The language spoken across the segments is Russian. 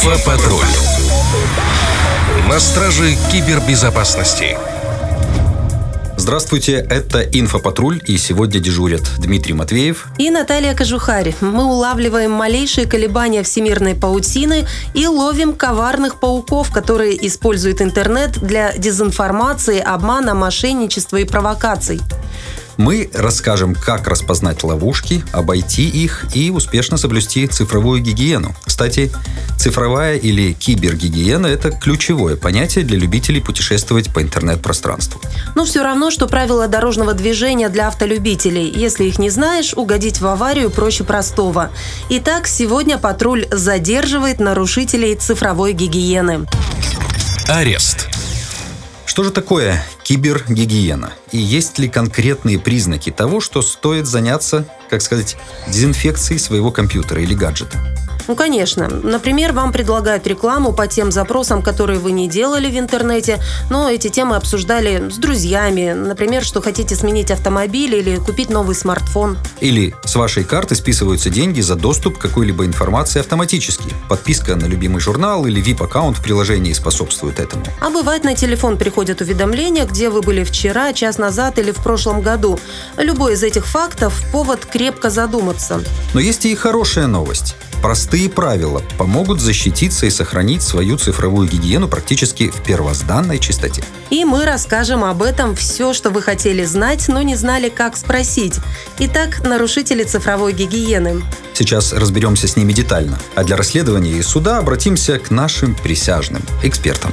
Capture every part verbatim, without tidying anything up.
Инфопатруль. На страже кибербезопасности. Здравствуйте, это Инфопатруль, и сегодня дежурят Дмитрий Матвеев и Наталья Кожухарь. Мы улавливаем малейшие колебания всемирной паутины и ловим коварных пауков, которые используют интернет для дезинформации, обмана, мошенничества и провокаций. Мы расскажем, как распознать ловушки, обойти их и успешно соблюсти цифровую гигиену. Кстати, цифровая или кибергигиена – это ключевое понятие для любителей путешествовать по интернет-пространству. Ну, все равно, что правила дорожного движения для автолюбителей. Если их не знаешь, угодить в аварию проще простого. Итак, сегодня патруль задерживает нарушителей цифровой гигиены. Арест. Что же такое кибергигиена? И есть ли конкретные признаки того, что стоит заняться, как сказать, дезинфекцией своего компьютера или гаджета? Ну, конечно. Например, вам предлагают рекламу по тем запросам, которые вы не делали в интернете, но эти темы обсуждали с друзьями. Например, что хотите сменить автомобиль или купить новый смартфон. Или с вашей карты списываются деньги за доступ к какой-либо информации автоматически. Подписка на любимый журнал или ви ай пи-аккаунт в приложении способствует этому. А бывает, на телефон приходят уведомления, где вы были вчера, час назад или в прошлом году. Любой из этих фактов – повод крепко задуматься. Но есть и хорошая новость. Простые правила помогут защититься и сохранить свою цифровую гигиену практически в первозданной чистоте. И мы расскажем об этом все, что вы хотели знать, но не знали, как спросить. Итак, нарушители цифровой гигиены. Сейчас разберемся с ними детально. А для расследования и суда обратимся к нашим присяжным экспертам.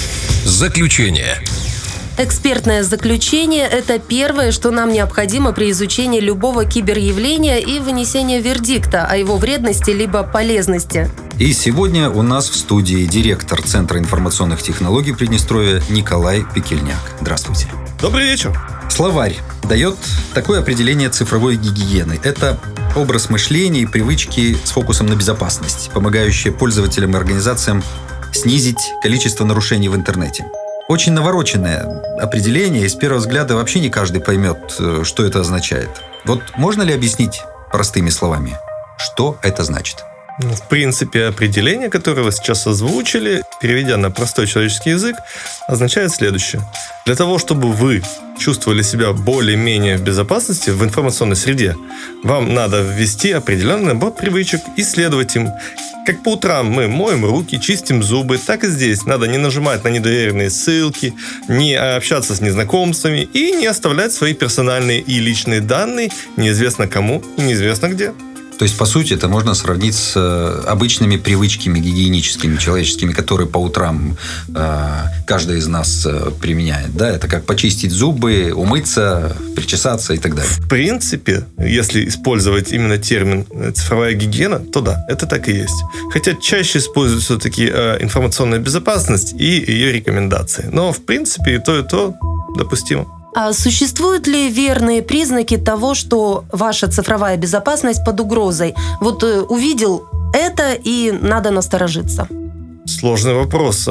Заключение. Экспертное заключение – это первое, что нам необходимо при изучении любого киберявления и вынесении вердикта о его вредности либо полезности. И сегодня у нас в студии директор Центра информационных технологий Приднестровья Николай Пекельняк. Здравствуйте. Добрый вечер. Словарь дает такое определение цифровой гигиены. Это образ мышления и привычки с фокусом на безопасность, помогающие пользователям и организациям снизить количество нарушений в интернете. Очень навороченное определение, и с первого взгляда вообще не каждый поймет, что это означает. Вот можно ли объяснить простыми словами, что это значит? Ну, в принципе, определение, которое вы сейчас озвучили, переведя на простой человеческий язык, означает следующее. Для того, чтобы вы чувствовали себя более-менее в безопасности в информационной среде, вам надо ввести определенный набор привычек и следовать им. Как по утрам мы моем руки, чистим зубы, так и здесь надо не нажимать на недоверенные ссылки, не общаться с незнакомцами и не оставлять свои персональные и личные данные неизвестно кому и неизвестно где. То есть, по сути, это можно сравнить с обычными привычками гигиеническими, человеческими, которые по утрам э, каждый из нас э, применяет. Да? Это как почистить зубы, умыться, причесаться и так далее. В принципе, если использовать именно термин «цифровая гигиена», то да, это так и есть. Хотя чаще используется все-таки э, информационная безопасность и ее рекомендации. Но, в принципе, и то, и то допустимо. А существуют ли верные признаки того, что ваша цифровая безопасность под угрозой? Вот э, увидел это, и надо насторожиться. Сложный вопрос,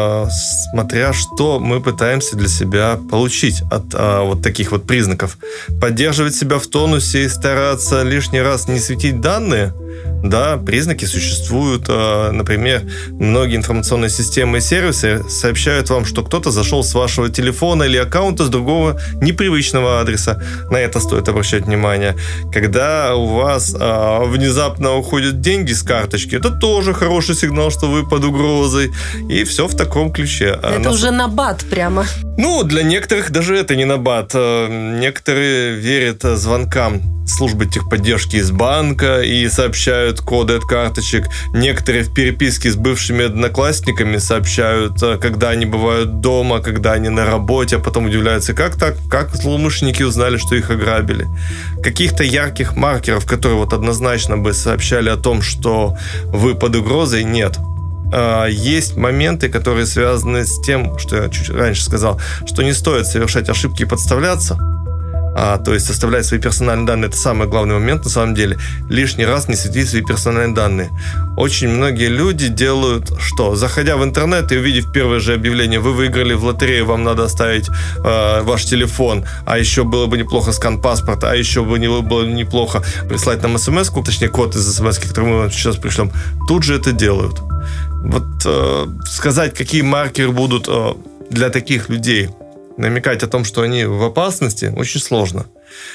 смотря что мы пытаемся для себя получить от вот таких вот признаков. Поддерживать себя в тонусе и стараться лишний раз не светить данные. Да, признаки существуют. Например, многие информационные системы и сервисы сообщают вам, что кто-то зашел с вашего телефона или аккаунта с другого непривычного адреса. На это стоит обращать внимание. Когда у вас внезапно уходят деньги с карточки, это тоже хороший сигнал, что вы под угрозой. И все в таком ключе. Это Нас... уже набат прямо. Ну, для некоторых даже это не набат. Некоторые верят звонкам службы техподдержки из банка и сообщают коды от карточек. Некоторые в переписке с бывшими одноклассниками сообщают, когда они бывают дома, когда они на работе, а потом удивляются, как так, как злоумышленники узнали, что их ограбили. Каких-то ярких маркеров, которые вот однозначно бы сообщали о том, что вы под угрозой, нет. Есть моменты, которые связаны с тем, что я чуть раньше сказал, что не стоит совершать ошибки и подставляться. А, то есть оставлять свои персональные данные – это самый главный момент на самом деле. Лишний раз не светить свои персональные данные. Очень многие люди делают что? Заходя в интернет и увидев первое же объявление, вы выиграли в лотерею, вам надо оставить э, ваш телефон, а еще было бы неплохо скан паспорта, а еще бы не, было неплохо прислать нам смс-ку, точнее код из смс-ки, который мы вам сейчас пришлем. Тут же это делают. Вот э, сказать, какие маркеры будут э, для таких людей, намекать о том, что они в опасности, очень сложно.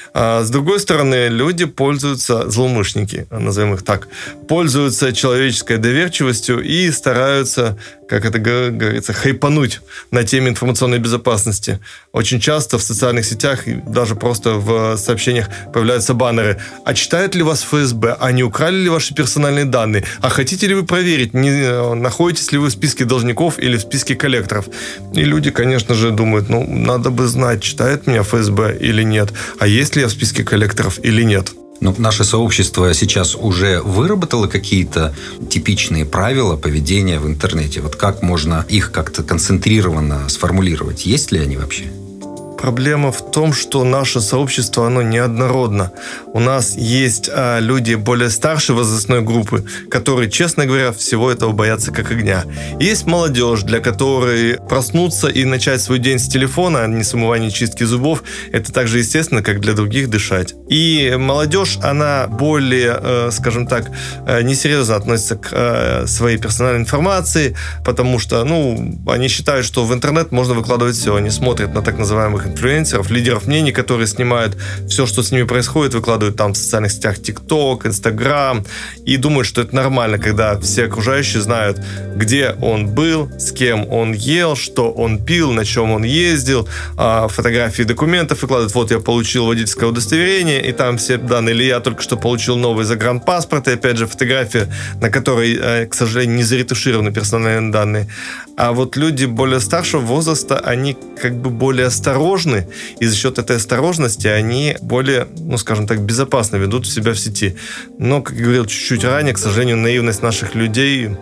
А с другой стороны, люди пользуются, злоумышленники, назовем их так, пользуются человеческой доверчивостью и стараются, как это говорится, хайпануть на теме информационной безопасности. Очень часто в социальных сетях, даже просто в сообщениях появляются баннеры. А читает ли вас эф эс бэ? А не украли ли ваши персональные данные? А хотите ли вы проверить, не находитесь ли вы в списке должников или в списке коллекторов? И люди, конечно же, думают, ну, надо бы знать, читает меня эф эс бэ или нет. А есть ли я в списке коллекторов или нет? Ну, наше сообщество сейчас уже выработало какие-то типичные правила поведения в интернете. Вот как можно их как-то концентрированно сформулировать? Есть ли они вообще? Проблема в том, что наше сообщество, оно неоднородно. У нас есть а, люди более старшей возрастной группы, которые, честно говоря, всего этого боятся как огня. Есть молодежь, для которой проснуться и начать свой день с телефона, а не с умывания и чистки зубов, это так же естественно, как для других дышать. И молодежь, она более, э, скажем так, э, несерьезно относится к э, своей персональной информации, потому что, ну, они считают, что в интернет можно выкладывать все. Они смотрят на так называемых инфлюенсеров, лидеров мнений, которые снимают все, что с ними происходит, выкладывают там в социальных сетях TikTok, Instagram, и думают, что это нормально, когда все окружающие знают, где он был, с кем он ел, что он пил, на чем он ездил, фотографии документов выкладывают, вот я получил водительское удостоверение, и там все данные, или я только что получил новый загранпаспорт, и опять же фотография, на которой, к сожалению, не заретушированы персональные данные. А вот люди более старшего возраста, они как бы более осторожны, и за счет этой осторожности они более, ну, скажем так, безопасно ведут себя в сети. Но, как я говорил чуть-чуть ранее, к сожалению, наивность наших людей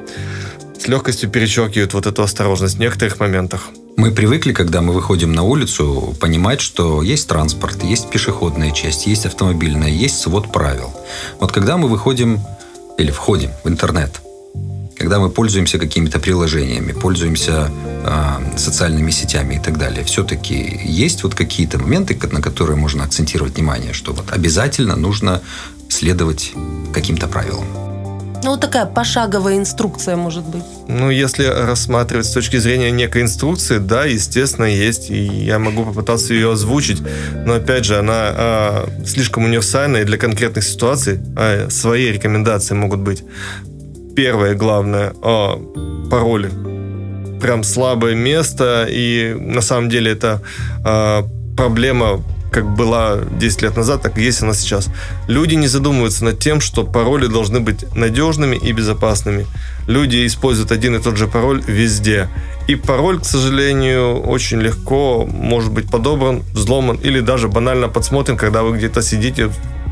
с легкостью перечеркивает вот эту осторожность в некоторых моментах. Мы привыкли, когда мы выходим на улицу, понимать, что есть транспорт, есть пешеходная часть, есть автомобильная, есть свод правил. Вот когда мы выходим или входим в интернет, когда мы пользуемся какими-то приложениями, пользуемся э, социальными сетями и так далее, все-таки есть вот какие-то моменты, на которые можно акцентировать внимание, что вот обязательно нужно следовать каким-то правилам. Ну, вот такая пошаговая инструкция, может быть. Ну, если рассматривать с точки зрения некой инструкции, да, естественно, есть, и я могу попытаться ее озвучить, но, опять же, она э, слишком универсальная, и для конкретных ситуаций э, свои рекомендации могут быть. Первое, главное, о, пароли. Прям слабое место, и на самом деле это э, проблема, как была десять лет назад, так и есть она сейчас. Люди не задумываются над тем, что пароли должны быть надежными и безопасными. Люди используют один и тот же пароль везде. И пароль, к сожалению, очень легко может быть подобран, взломан или даже банально подсмотрен, когда вы где-то сидите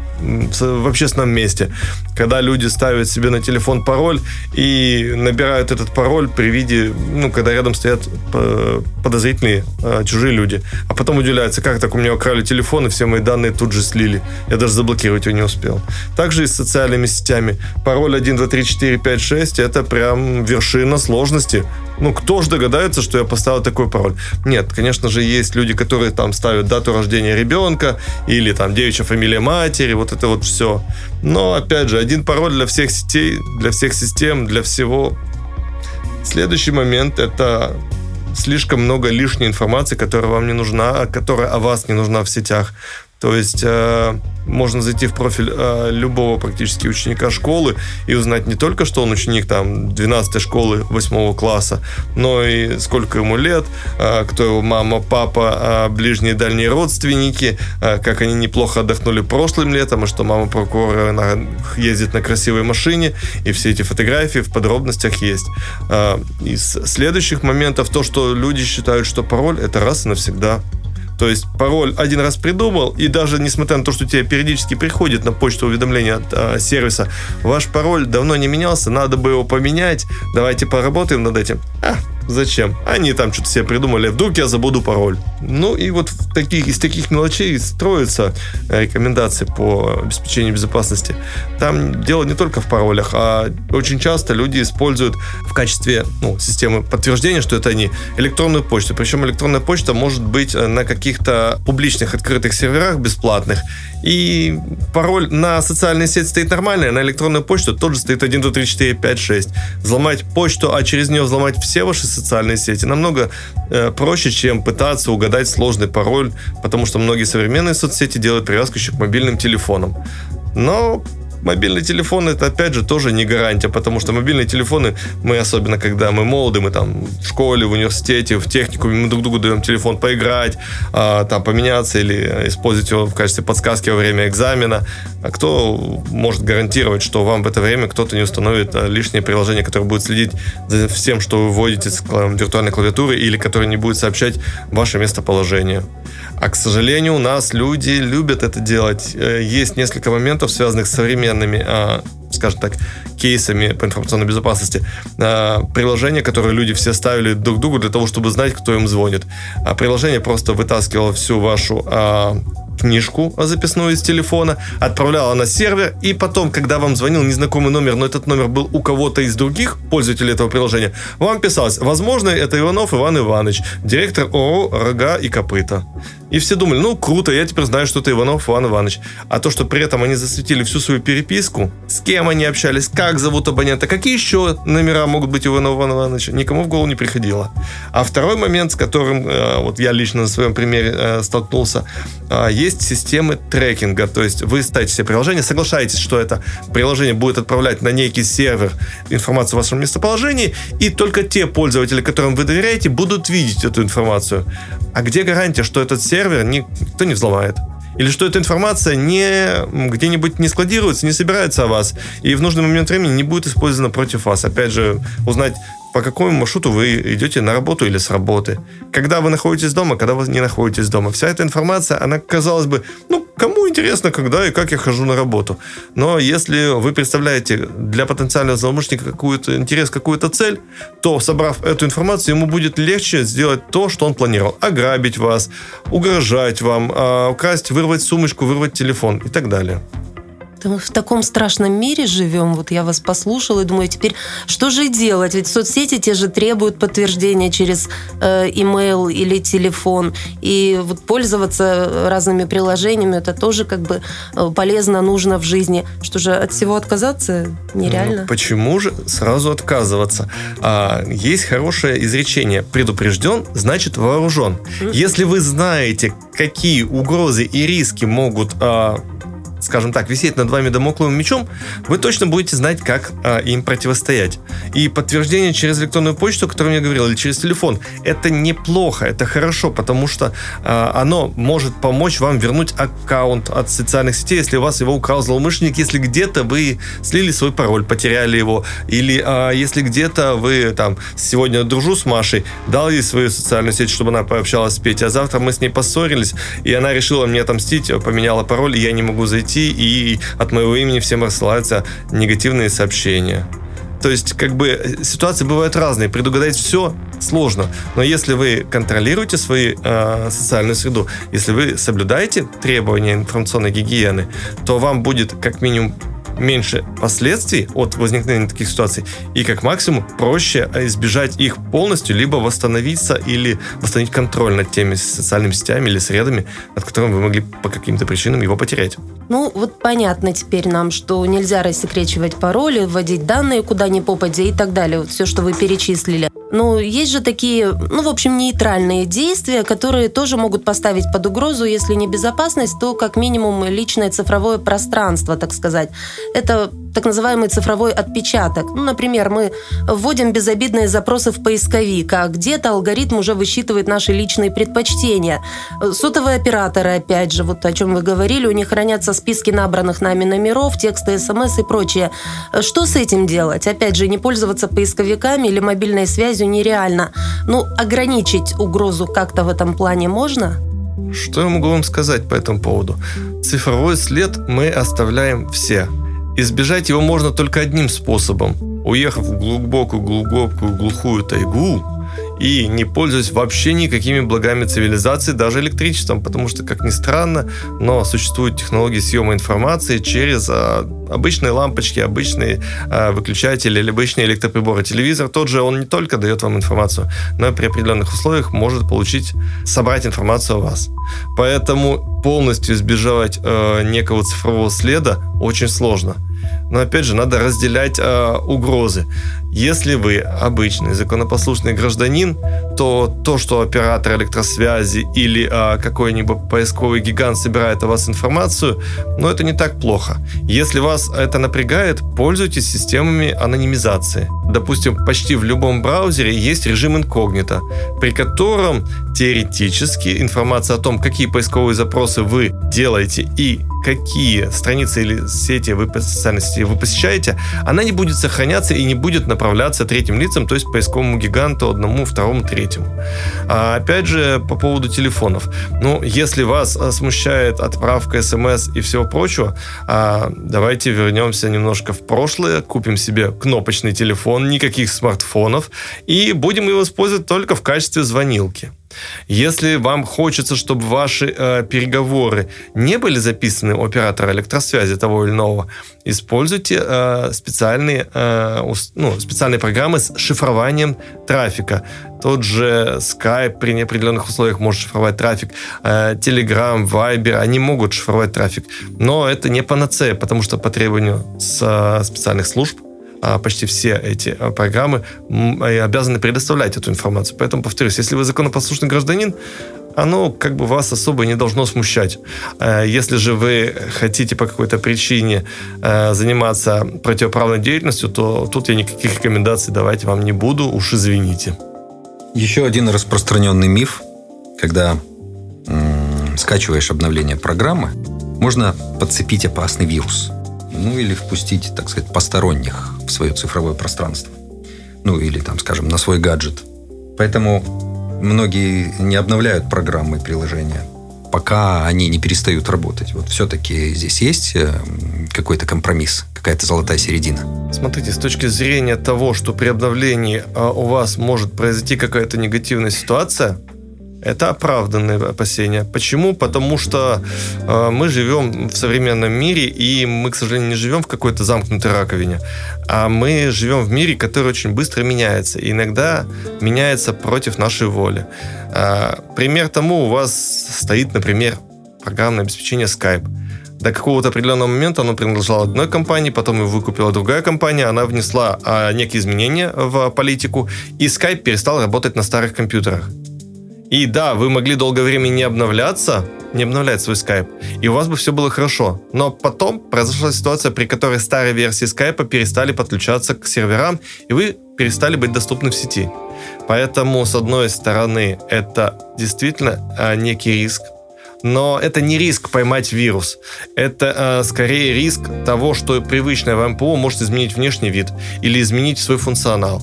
в общественном месте, когда люди ставят себе на телефон пароль и набирают этот пароль при виде, ну, когда рядом стоят подозрительные чужие люди, а потом удивляются, как так у меня украли телефон и все мои данные тут же слили, я даже заблокировать его не успел. Также и с социальными сетями. Пароль один, два, три, четыре, пять, шесть это прям вершина сложности. Ну, кто же догадается, что я поставил такой пароль? Нет, конечно же, есть люди, которые там ставят дату рождения ребенка или там девичья фамилия матери, вот это вот все. Но, опять же, один пароль для всех сетей, для всех систем, для всего. Следующий момент – это слишком много лишней информации, которая вам не нужна, которая о вас не нужна в сетях. То есть э, можно зайти в профиль э, любого практически ученика школы и узнать не только, что он ученик там двенадцатой школы восьмого класса, но и сколько ему лет, э, кто его мама, папа, э, ближние и дальние родственники, э, как они неплохо отдохнули прошлым летом, и что мама прокурора ездит на красивой машине, и все эти фотографии в подробностях есть. Э, из следующих моментов то, что люди считают, что пароль это раз и навсегда. То есть пароль один раз придумал, и даже несмотря на то, что тебе периодически приходит на почту уведомление от а, сервиса, ваш пароль давно не менялся, надо бы его поменять, давайте поработаем над этим. А, Зачем? Они там что-то себе придумали, вдруг я забуду пароль. Ну и вот в таких, из таких мелочей строятся рекомендации по обеспечению безопасности. Там дело не только в паролях, а очень часто люди используют в качестве ну, системы подтверждения, что это они, электронную почту. Причем электронная почта может быть на каких-то публичных открытых серверах бесплатных. И пароль на социальные сети стоит нормальный, а на электронную почту тоже стоит один, два, три, четыре, пять, шесть. Взломать почту, а через нее взломать все ваши социальные сети намного э, проще, чем пытаться угадать сложный пароль, потому что многие современные соцсети делают привязку еще к мобильным телефонам. Но мобильный телефон — это, опять же, тоже не гарантия, потому что мобильные телефоны, мы, особенно когда мы молоды, мы там в школе, в университете, в техникуме, мы друг другу даем телефон поиграть, а, там поменяться или использовать его в качестве подсказки во время экзамена. А кто может гарантировать, что вам в это время кто-то не установит лишнее приложение, которое будет следить за всем, что вы вводите с виртуальной клавиатуры, или которое не будет сообщать ваше местоположение? А, к сожалению, у нас люди любят это делать. Есть несколько моментов, связанных с современными, скажем так, кейсами по информационной безопасности. Приложения, которые люди все ставили друг другу для того, чтобы знать, кто им звонит. Приложение просто вытаскивало всю вашу книжку записную из телефона, отправляла на сервер, и потом, когда вам звонил незнакомый номер, но этот номер был у кого-то из других пользователей этого приложения, вам писалось: возможно, это Иванов Иван Иванович, директор ООО «Рога и копыта». И все думали: ну, круто, я теперь знаю, что это Иванов Иван Иванович. А то, что при этом они засветили всю свою переписку, с кем они общались, как зовут абонента, какие еще номера могут быть у Иванова Ивана Ивановича, никому в голову не приходило. А второй момент, с которым вот я лично на своем примере столкнулся, есть системы трекинга. То есть вы ставите себе приложение, соглашаетесь, что это приложение будет отправлять на некий сервер информацию о вашем местоположении, и только те пользователи, которым вы доверяете, будут видеть эту информацию. А где гарантия, что этот сервер никто не взломает? Или что эта информация не где-нибудь не складируется, не собирается о вас, и в нужный момент времени не будет использована против вас? Опять же, узнать, по какому маршруту вы идете на работу или с работы, когда вы находитесь дома, когда вы не находитесь дома. Вся эта информация, она, казалось бы, ну, кому интересно, когда и как я хожу на работу. Но если вы представляете для потенциального злоумышленника какой-то интерес, какую-то цель, то, собрав эту информацию, ему будет легче сделать то, что он планировал. Ограбить вас, угрожать вам, украсть, вырвать сумочку, вырвать телефон и так далее. Мы в таком страшном мире живем. Вот я вас послушала и думаю, теперь что же делать? Ведь соцсети те же требуют подтверждения через э, имейл или телефон. И вот пользоваться разными приложениями, это тоже как бы полезно, нужно в жизни. Что же, от всего отказаться нереально? Ну, почему же сразу отказываться? А, есть хорошее изречение: предупрежден, значит вооружен. Mm-hmm. Если вы знаете, какие угрозы и риски могут... А, скажем так, висеть над вами дамокловым мечом, вы точно будете знать, как а, им противостоять. И подтверждение через электронную почту, о которой я говорил, или через телефон, это неплохо, это хорошо, потому что а, оно может помочь вам вернуть аккаунт от социальных сетей, если у вас его украл злоумышленник, если где-то вы слили свой пароль, потеряли его, или а, если где-то вы там сегодня дружу с Машей, дал ей свою социальную сеть, чтобы она пообщалась с Петей, а завтра мы с ней поссорились, и она решила мне отомстить, поменяла пароль, и я не могу зайти, и от моего имени всем рассылаются негативные сообщения. То есть, как бы, ситуации бывают разные. Предугадать все сложно. Но если вы контролируете свою э, социальную среду, если вы соблюдаете требования информационной гигиены, то вам будет, как минимум, меньше последствий от возникновения таких ситуаций, и как максимум проще избежать их полностью, либо восстановиться или восстановить контроль над теми социальными сетями или средами, над которыми вы могли по каким-то причинам его потерять. Ну, вот понятно теперь нам, что нельзя рассекречивать пароли, вводить данные куда ни попадя и так далее. Вот все, что вы перечислили. Но есть же такие, ну, в общем, нейтральные действия, которые тоже могут поставить под угрозу, если не безопасность, то как минимум личное цифровое пространство, так сказать. Это так называемый цифровой отпечаток. Ну, например, мы вводим безобидные запросы в поисковик, а где-то алгоритм уже высчитывает наши личные предпочтения. Сотовые операторы, опять же, вот о чем вы говорили, у них хранятся списки набранных нами номеров, тексты, смс и прочее. Что с этим делать? Опять же, не пользоваться поисковиками или мобильной связью нереально. Ну, ограничить угрозу как-то в этом плане можно? Что я могу вам сказать по этому поводу? Цифровой след мы оставляем все. Избежать его можно только одним способом. Уехав в глубокую-глубокую глухую тайгу и не пользуясь вообще никакими благами цивилизации, даже электричеством, потому что, как ни странно, но существуют технологии съема информации через а, обычные лампочки, обычные а, выключатели или обычные электроприборы. Телевизор тот же, он не только дает вам информацию, но и при определенных условиях может получить, собрать информацию о вас. Поэтому полностью избежать э, некого цифрового следа очень сложно. Но опять же, надо разделять э, угрозы. Если вы обычный законопослушный гражданин, то то, что оператор электросвязи или э, какой-нибудь поисковый гигант собирает о вас информацию, ну, это не так плохо. Если вас это напрягает, пользуйтесь системами анонимизации. Допустим, почти в любом браузере есть режим инкогнито, при котором теоретически информация о том, какие поисковые запросы вы делаете и какие страницы или сети вы, социальные сети вы посещаете, она не будет сохраняться и не будет направляться третьим лицам, то есть поисковому гиганту одному, второму, третьему. А опять же, по поводу телефонов. Ну, если вас смущает отправка смс и всего прочего, а, давайте вернемся немножко в прошлое, купим себе кнопочный телефон, никаких смартфонов, и будем его использовать только в качестве звонилки. Если вам хочется, чтобы ваши э, переговоры не были записаны у оператора электросвязи того или иного, используйте э, специальные, э, ус, ну, специальные программы с шифрованием трафика. Тот же Skype при неопределенных условиях может шифровать трафик. Э, Telegram, Viber, они могут шифровать трафик. Но это не панацея, потому что по требованию с, э, специальных служб почти все эти программы обязаны предоставлять эту информацию. Поэтому, повторюсь, если вы законопослушный гражданин, оно как бы вас особо не должно смущать. Если же вы хотите по какой-то причине заниматься противоправной деятельностью, то тут я никаких рекомендаций давать вам не буду, уж извините. Еще один распространенный миф, когда м- скачиваешь обновление программы, можно подцепить опасный вирус. Ну, или впустить, так сказать, посторонних в свое цифровое пространство. Ну, или, там, скажем, на свой гаджет. Поэтому многие не обновляют программы и приложения, пока они не перестают работать. Вот все-таки здесь есть какой-то компромисс, какая-то золотая середина. Смотрите, с точки зрения того, что при обновлении у вас может произойти какая-то негативная ситуация, это оправданные опасения. Почему? Потому что э, мы живем в современном мире, и мы, к сожалению, не живем в какой-то замкнутой раковине, а мы живем в мире, который очень быстро меняется, и иногда меняется против нашей воли. Э, пример тому: у вас стоит, например, программное обеспечение Skype. До какого-то определенного момента оно принадлежало одной компании, потом его выкупила другая компания, она внесла э, некие изменения в политику, и Skype перестал работать на старых компьютерах. И да, вы могли долгое время не обновляться, не обновлять свой Skype, и у вас бы все было хорошо. Но потом произошла ситуация, при которой старые версии Skype перестали подключаться к серверам, и вы перестали быть доступны в сети. Поэтому, с одной стороны, это действительно э, некий риск. Но это не риск поймать вирус. Это э, скорее риск того, что привычное вам ПО может изменить внешний вид или изменить свой функционал.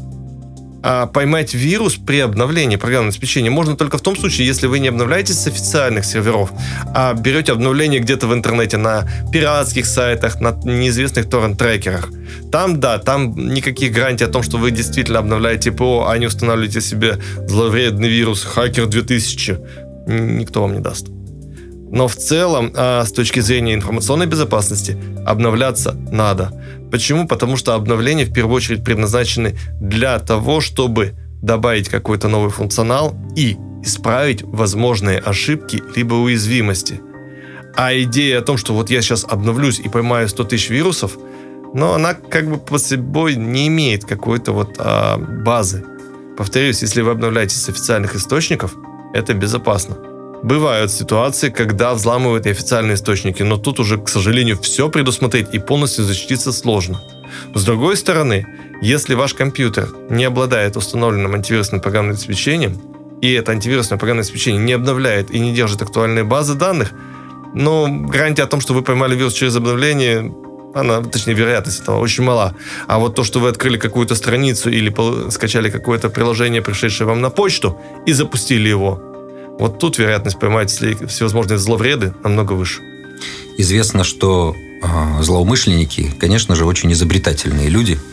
А поймать вирус при обновлении программного обеспечения можно только в том случае, если вы не обновляетесь с официальных серверов, а берете обновление где-то в интернете, на пиратских сайтах, на неизвестных торрент-трекерах. Там, да, там никаких гарантий о том, что вы действительно обновляете ПО, а не устанавливаете себе зловредный вирус Hacker две тысячи. Никто вам не даст. Но в целом, с точки зрения информационной безопасности, обновляться надо. Почему? Потому что обновления в первую очередь предназначены для того, чтобы добавить какой-то новый функционал и исправить возможные ошибки либо уязвимости. А идея о том, что вот я сейчас обновлюсь и поймаю сто тысяч вирусов, но она как бы под собой не имеет какой-то вот а, базы. Повторюсь, если вы обновляетесь с официальных источников, это безопасно. Бывают ситуации, когда взламывают и официальные источники, но тут уже, к сожалению, все предусмотреть и полностью защититься сложно. С другой стороны, если ваш компьютер не обладает установленным антивирусным программным обеспечением, и это антивирусное программное обеспечение не обновляет и не держит актуальные базы данных, но гарантия о том, что вы поймали вирус через обновление, она, точнее, вероятность этого очень мала. А вот то, что вы открыли какую-то страницу или скачали какое-то приложение, пришедшее вам на почту, и запустили его, вот тут вероятность поймать всевозможные зловреды намного выше. Известно, что э, злоумышленники, конечно же, очень изобретательные люди.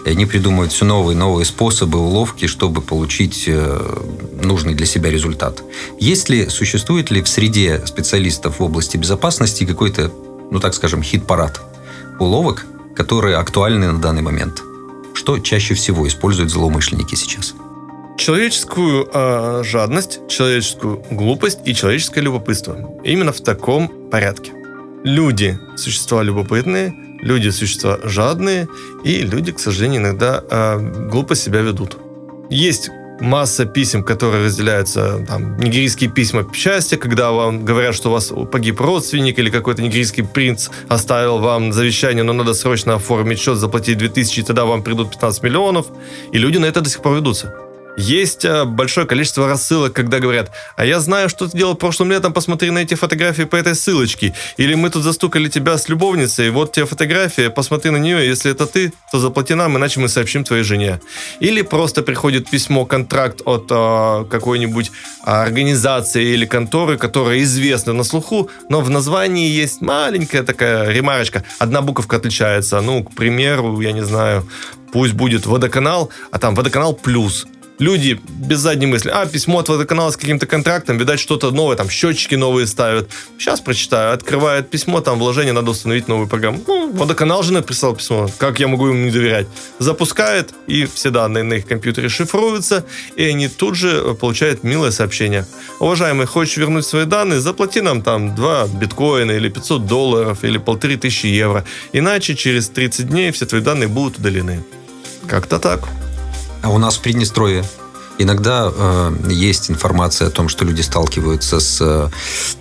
И они придумывают все новые и новые способы, уловки, чтобы получить нужный для себя результат. Есть ли, существует ли в среде специалистов в области безопасности какой-то, ну так скажем, хит-парад уловок, которые актуальны на данный момент? Что чаще всего используют злоумышленники сейчас? Человеческую э, жадность, человеческую глупость и человеческое любопытство. Именно в таком порядке. Люди – существа любопытные, люди – существа жадные, и люди, к сожалению, иногда э, глупо себя ведут. Есть масса писем, которые разделяются, там, нигерийские письма счастья, когда вам говорят, что у вас погиб родственник, или какой-то нигерийский принц оставил вам завещание, но надо срочно оформить счет, заплатить две тысячи, и тогда вам придут пятнадцать миллионов, и люди на это до сих пор ведутся. Есть большое количество рассылок, когда говорят: а я знаю, что ты делал прошлым летом, посмотри на эти фотографии по этой ссылочке. Или мы тут застукали тебя с любовницей, вот тебе фотография, посмотри на нее, если это ты, то заплати нам, иначе мы сообщим твоей жене. Или просто приходит письмо, контракт от э, какой-нибудь организации или конторы, которая известна на слуху, но в названии есть маленькая такая ремарочка. Одна буковка отличается. Ну, к примеру, я не знаю, пусть будет Водоканал, а там Водоканал плюс. Люди без задней мысли: а, письмо от Водоканала с каким-то контрактом, видать, что-то новое, там, счетчики новые ставят. Сейчас прочитаю. Открывает письмо, там, вложение, надо установить новую программу. Ну, Водоканал же написал письмо. Как я могу им не доверять? Запускает, и все данные на их компьютере шифруются, и они тут же получают милое сообщение: уважаемый, хочешь вернуть свои данные? Заплати нам там два биткоина, или пятьсот долларов, или полторы тысячи евро. Иначе через тридцать дней все твои данные будут удалены. Как-то так. А у нас в Приднестровье иногда э, есть информация о том, что люди сталкиваются с э,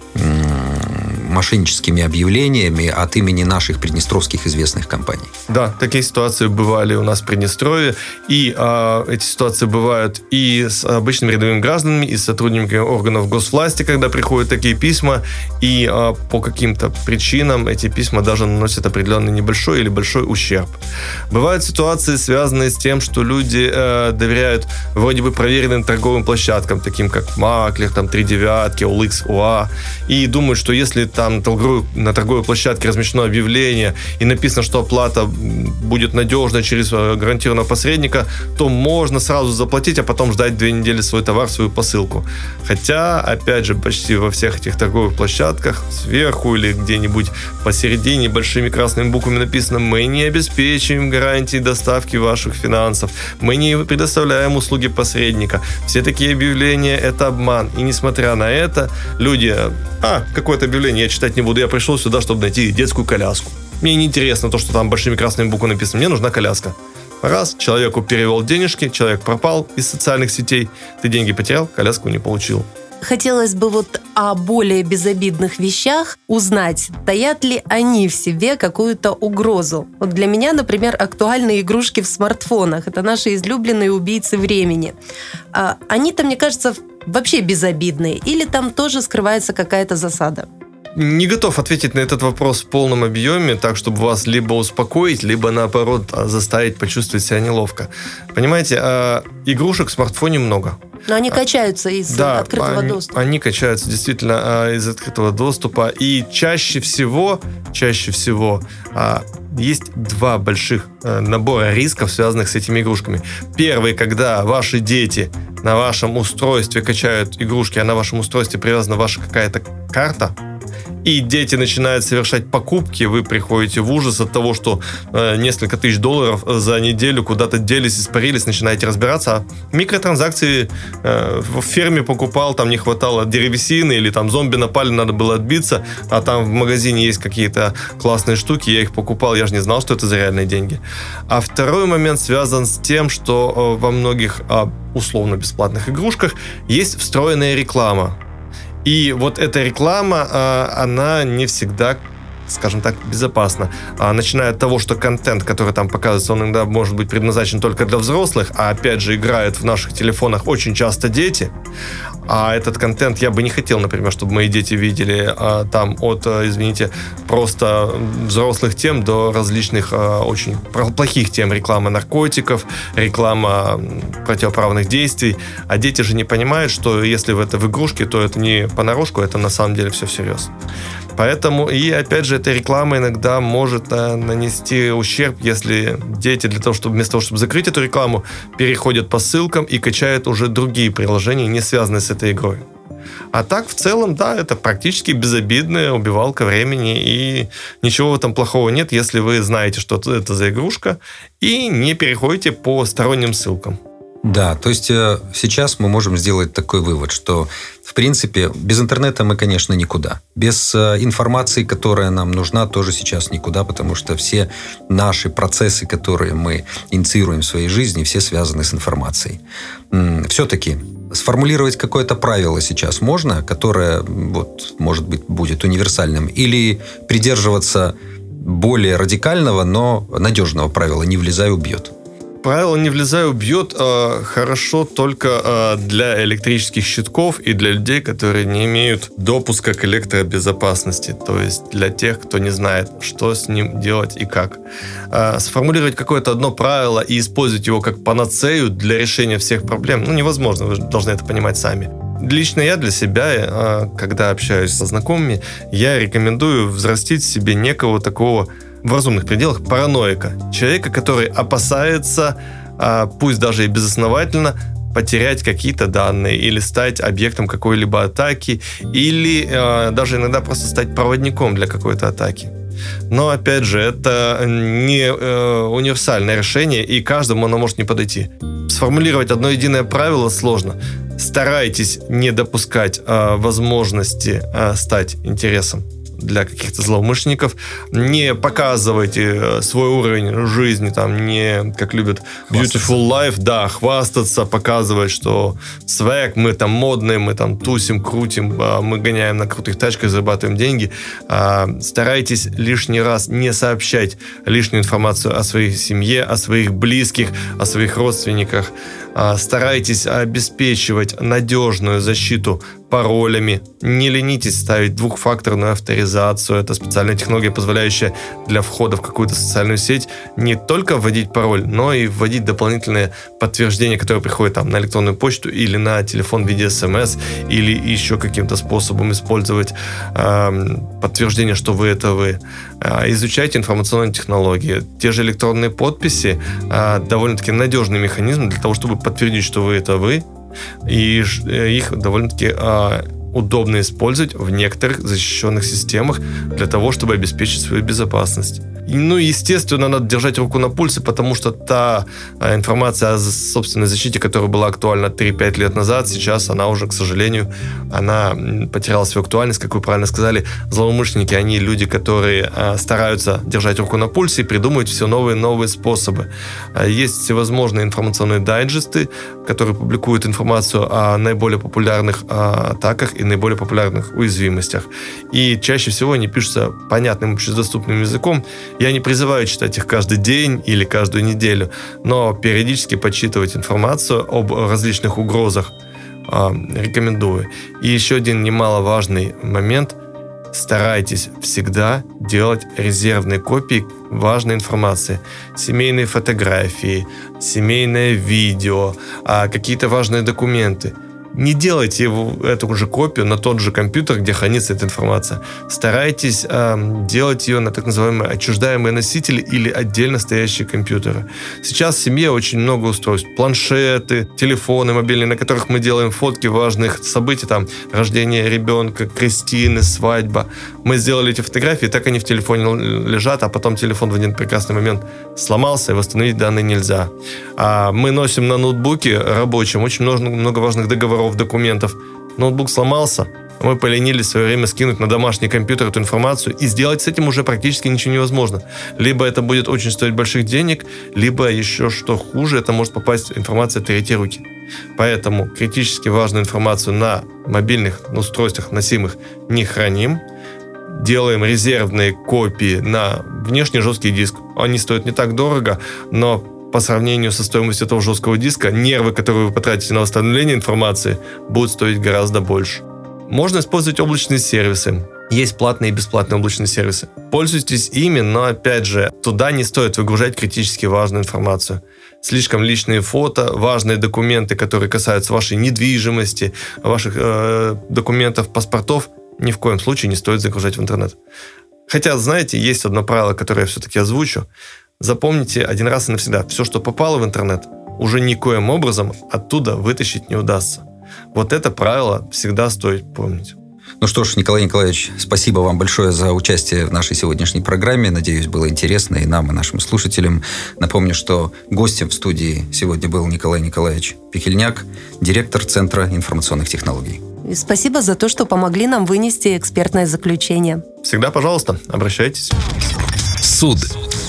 мошенническими объявлениями от имени наших приднестровских известных компаний. Да, такие ситуации бывали у нас в Приднестровье. И э, эти ситуации бывают и с обычными рядовыми гражданами, и с сотрудниками органов госвласти, когда приходят такие письма. И э, по каким-то причинам эти письма даже наносят определенный небольшой или большой ущерб. Бывают ситуации, связанные с тем, что люди э, доверяют вроде бы проверенным торговым площадкам, таким как Маклер, там, три девятки, о эл икс, о а, и думают, что если там на торговой площадке размещено объявление и написано, что оплата будет надежна через гарантированного посредника, то можно сразу заплатить, а потом ждать две недели свой товар, свою посылку. Хотя, опять же, почти во всех этих торговых площадках сверху или где-нибудь посередине большими красными буквами написано: мы не обеспечиваем гарантии доставки ваших финансов, мы не предоставляем услуги посредника. Все такие объявления — это обман. И несмотря на это, люди: а, какое-то объявление, я читать не буду, я пришел сюда, чтобы найти детскую коляску. Мне не интересно то, что там большими красными буквами написано, мне нужна коляска. Раз, человеку перевел денежки, человек пропал из социальных сетей, ты деньги потерял, коляску не получил. Хотелось бы вот о более безобидных вещах узнать, таят ли они в себе какую-то угрозу. Вот для меня, например, актуальны игрушки в смартфонах. Это наши излюбленные убийцы времени. А они-то, мне кажется, вообще безобидные. Или там тоже скрывается какая-то засада? Не готов ответить на этот вопрос в полном объеме, так, чтобы вас либо успокоить, либо, наоборот, заставить почувствовать себя неловко. Понимаете, игрушек в смартфоне много. Но они качаются из да, открытого они, доступа. Они качаются действительно из открытого доступа. И чаще всего, чаще всего есть два больших набора рисков, связанных с этими игрушками. Первый, когда ваши дети на вашем устройстве качают игрушки, а на вашем устройстве привязана ваша какая-то карта, и дети начинают совершать покупки, вы приходите в ужас от того, что э, несколько тысяч долларов за неделю куда-то делись, испарились, начинаете разбираться. А микротранзакции э, в ферме покупал, там не хватало древесины, или там зомби напали, надо было отбиться, а там в магазине есть какие-то классные штуки, я их покупал, я же не знал, что это за реальные деньги. А второй момент связан с тем, что э, во многих э, условно-бесплатных игрушках есть встроенная реклама. И вот эта реклама, она не всегда, скажем так, безопасна. Начиная от того, что контент, который там показывается, он иногда может быть предназначен только для взрослых, а опять же играют в наших телефонах очень часто дети. А этот контент я бы не хотел, например, чтобы мои дети видели а, там от, извините, просто взрослых тем до различных а, очень плохих тем. Реклама наркотиков, реклама противоправных действий. А дети же не понимают, что если в это в игрушке, то это не понарошку, это на самом деле все всерьез. Поэтому, и опять же, эта реклама иногда может а, нанести ущерб, если дети для того, чтобы вместо того, чтобы закрыть эту рекламу, переходят по ссылкам и качают уже другие приложения, не связанные с этой игрой. А так, в целом, да, это практически безобидная убивалка времени, и ничего в этом плохого нет, если вы знаете, что это за игрушка, и не переходите по сторонним ссылкам. Да, то есть сейчас мы можем сделать такой вывод, что, в принципе, без интернета мы, конечно, никуда. Без информации, которая нам нужна, тоже сейчас никуда, потому что все наши процессы, которые мы инициируем в своей жизни, все связаны с информацией. Все-таки сформулировать какое-то правило сейчас можно, которое, вот, может быть, будет универсальным, или придерживаться более радикального, но надежного правила «не влезай, убьет»? Правило «не влезай, убьет» э, хорошо только э, для электрических щитков и для людей, которые не имеют допуска к электробезопасности. То есть для тех, кто не знает, что с ним делать и как. Э, сформулировать какое-то одно правило и использовать его как панацею для решения всех проблем, ну, невозможно, вы должны это понимать сами. Лично я для себя, когда общаюсь со знакомыми, я рекомендую взрастить в себе некого такого в разумных пределах параноика. Человека, который опасается, пусть даже и безосновательно, потерять какие-то данные или стать объектом какой-либо атаки, или даже иногда просто стать проводником для какой-то атаки. Но, опять же, это не универсальное решение, и каждому оно может не подойти. Сформулировать одно единое правило сложно. Старайтесь не допускать возможности стать интересом для каких-то злоумышленников. Не показывайте свой уровень жизни, там, не, как любят, beautiful life, да, хвастаться, показывать, что свек, мы там модные, мы там тусим, крутим, мы гоняем на крутых тачках, зарабатываем деньги. Старайтесь лишний раз не сообщать лишнюю информацию о своей семье, о своих близких, о своих родственниках. Старайтесь обеспечивать надежную защиту паролями. Не ленитесь ставить двухфакторную авторизацию. Это специальная технология, позволяющая для входа в какую-то социальную сеть не только вводить пароль, но и вводить дополнительные подтверждения, которые приходят там на электронную почту или на телефон в виде смс, или еще каким-то способом использовать э, подтверждение, что вы это вы. Э, изучайте информационные технологии. Те же электронные подписи э, довольно-таки надежный механизм для того, чтобы подтвердить, что вы это вы. И их довольно-таки а, удобно использовать в некоторых защищенных системах для того, чтобы обеспечить свою безопасность. И, ну, естественно, надо держать руку на пульсе, потому что та а, информация о собственной защите, которая была актуальна три-пять лет назад, сейчас она уже, к сожалению, она потеряла свою актуальность, как вы правильно сказали. Злоумышленники, они люди, которые а, стараются держать руку на пульсе и придумывать все новые и новые способы. А, есть всевозможные информационные дайджесты, которые публикуют информацию о наиболее популярных а, атаках и наиболее популярных уязвимостях. И чаще всего они пишутся понятным, общедоступным языком. Я не призываю читать их каждый день или каждую неделю, но периодически подсчитывать информацию об различных угрозах э, рекомендую. И еще один немаловажный момент. Старайтесь всегда делать резервные копии важной информации. Семейные фотографии, семейное видео, э, какие-то важные документы. Не делайте его, эту же копию на тот же компьютер, где хранится эта информация. Старайтесь э, делать ее на так называемые отчуждаемые носители или отдельно стоящие компьютеры. Сейчас в семье очень много устройств. Планшеты, телефоны мобильные, на которых мы делаем фотки важных событий, там, рождение ребенка, крестины, свадьба. Мы сделали эти фотографии, так они в телефоне лежат, а потом телефон в один прекрасный момент сломался, и восстановить данные нельзя. А мы носим на ноутбуке рабочем очень много, много важных договоров, документов. Ноутбук сломался, мы поленились в свое время скинуть на домашний компьютер эту информацию, и сделать с этим уже практически ничего невозможно. Либо это будет очень стоить больших денег, либо еще что хуже, это может попасть информация в третьи руки. Поэтому критически важную информацию на мобильных устройствах носимых не храним. Делаем резервные копии на внешний жесткий диск. Они стоят не так дорого, но по сравнению со стоимостью этого жесткого диска, нервы, которые вы потратите на восстановление информации, будут стоить гораздо больше. Можно использовать облачные сервисы. Есть платные и бесплатные облачные сервисы. Пользуйтесь ими, но, опять же, туда не стоит выгружать критически важную информацию. Слишком личные фото, важные документы, которые касаются вашей недвижимости, ваших э, документов, паспортов, ни в коем случае не стоит загружать в интернет. Хотя, знаете, есть одно правило, которое я все-таки озвучу. Запомните один раз и навсегда. Все, что попало в интернет, уже никоим образом оттуда вытащить не удастся. Вот это правило всегда стоит помнить. Ну что ж, Николай Николаевич, спасибо вам большое за участие в нашей сегодняшней программе. Надеюсь, было интересно и нам, и нашим слушателям. Напомню, что гостем в студии сегодня был Николай Николаевич Пихельняк, директор Центра информационных технологий. И спасибо за то, что помогли нам вынести экспертное заключение. Всегда, пожалуйста, обращайтесь. Суд.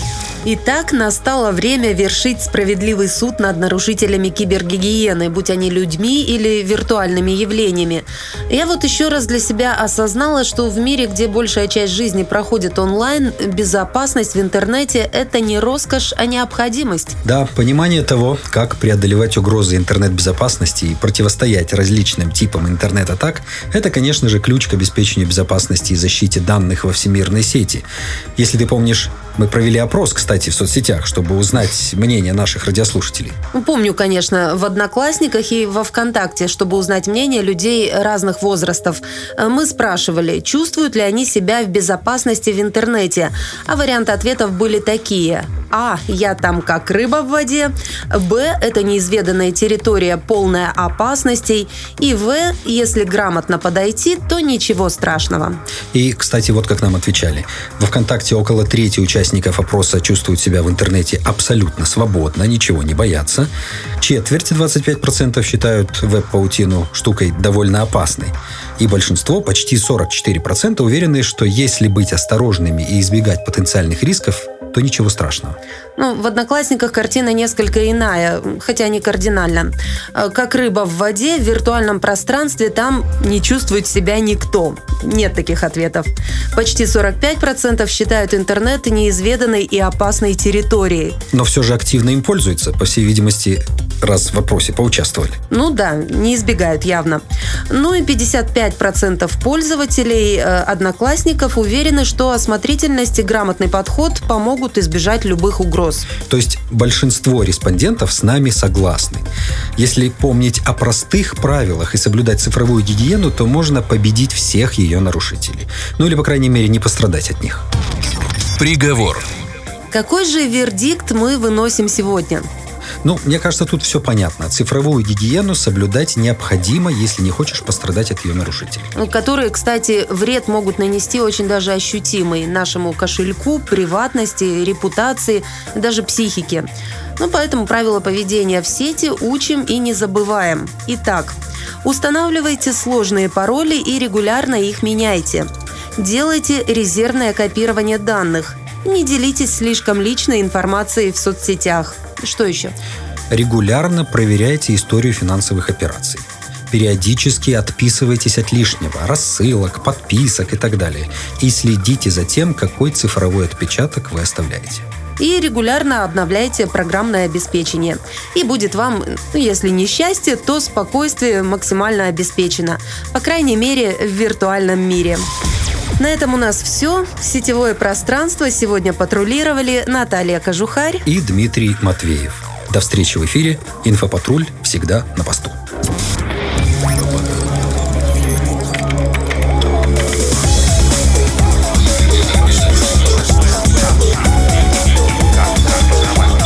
Итак, настало время вершить справедливый суд над нарушителями кибергигиены, будь они людьми или виртуальными явлениями. Я вот еще раз для себя осознала, что в мире, где большая часть жизни проходит онлайн, безопасность в интернете – это не роскошь, а необходимость. Да, понимание того, как преодолевать угрозы интернет-безопасности и противостоять различным типам интернет-атак – это, конечно же, ключ к обеспечению безопасности и защите данных во всемирной сети. Если ты помнишь, мы провели опрос, кстати, в соцсетях, чтобы узнать мнение наших радиослушателей. Помню, конечно, в Одноклассниках и во ВКонтакте, чтобы узнать мнение людей разных возрастов. Мы спрашивали, чувствуют ли они себя в безопасности в интернете. А варианты ответов были такие. А. Я там как рыба в воде. Б. Это неизведанная территория, полная опасностей. И В. Если грамотно подойти, то ничего страшного. И, кстати, вот как нам отвечали. Во ВКонтакте около трети участников опроса чувствуют себя в интернете абсолютно свободно, ничего не боятся. Четверть, двадцать пять процентов, считают веб-паутину штукой довольно опасной. И большинство, почти сорок четыре процента, уверены, что если быть осторожными и избегать потенциальных рисков, то ничего страшного. Ну, в Одноклассниках картина несколько иная, хотя не кардинально. Как рыба в воде, в виртуальном пространстве там не чувствует себя никто. Нет таких ответов. Почти сорок пять процентов считают интернет неизведанной и опасной территорией. Но все же активно им пользуются, по всей видимости, раз в вопросе поучаствовали. Ну да, не избегают явно. Ну и пятьдесят пять процентов пользователей э, Одноклассников уверены, что осмотрительность и грамотный подход помогут избежать любых угроз. То есть большинство респондентов с нами согласны. Если помнить о простых правилах и соблюдать цифровую гигиену, то можно победить всех ее нарушителей. Ну или, по крайней мере, не пострадать от них. Приговор. Какой же вердикт мы выносим сегодня? Ну, мне кажется, тут все понятно. Цифровую гигиену соблюдать необходимо, если не хочешь пострадать от ее нарушителей. Которые, кстати, вред могут нанести очень даже ощутимый нашему кошельку, приватности, репутации, даже психике. Ну, поэтому правила поведения в сети учим и не забываем. Итак, устанавливайте сложные пароли и регулярно их меняйте. Делайте резервное копирование данных. Не делитесь слишком личной информацией в соцсетях. Что еще? Регулярно проверяйте историю финансовых операций. Периодически отписывайтесь от лишнего, рассылок, подписок и так далее. И следите за тем, какой цифровой отпечаток вы оставляете. И регулярно обновляйте программное обеспечение. И будет вам, ну, если не счастье, то спокойствие максимально обеспечено. По крайней мере, в виртуальном мире. На этом у нас все. Сетевое пространство сегодня патрулировали Наталья Кожухарь и Дмитрий Матвеев. До встречи в эфире. Инфопатруль всегда на посту.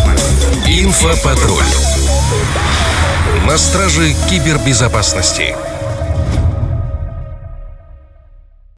Инфопатруль. На страже кибербезопасности.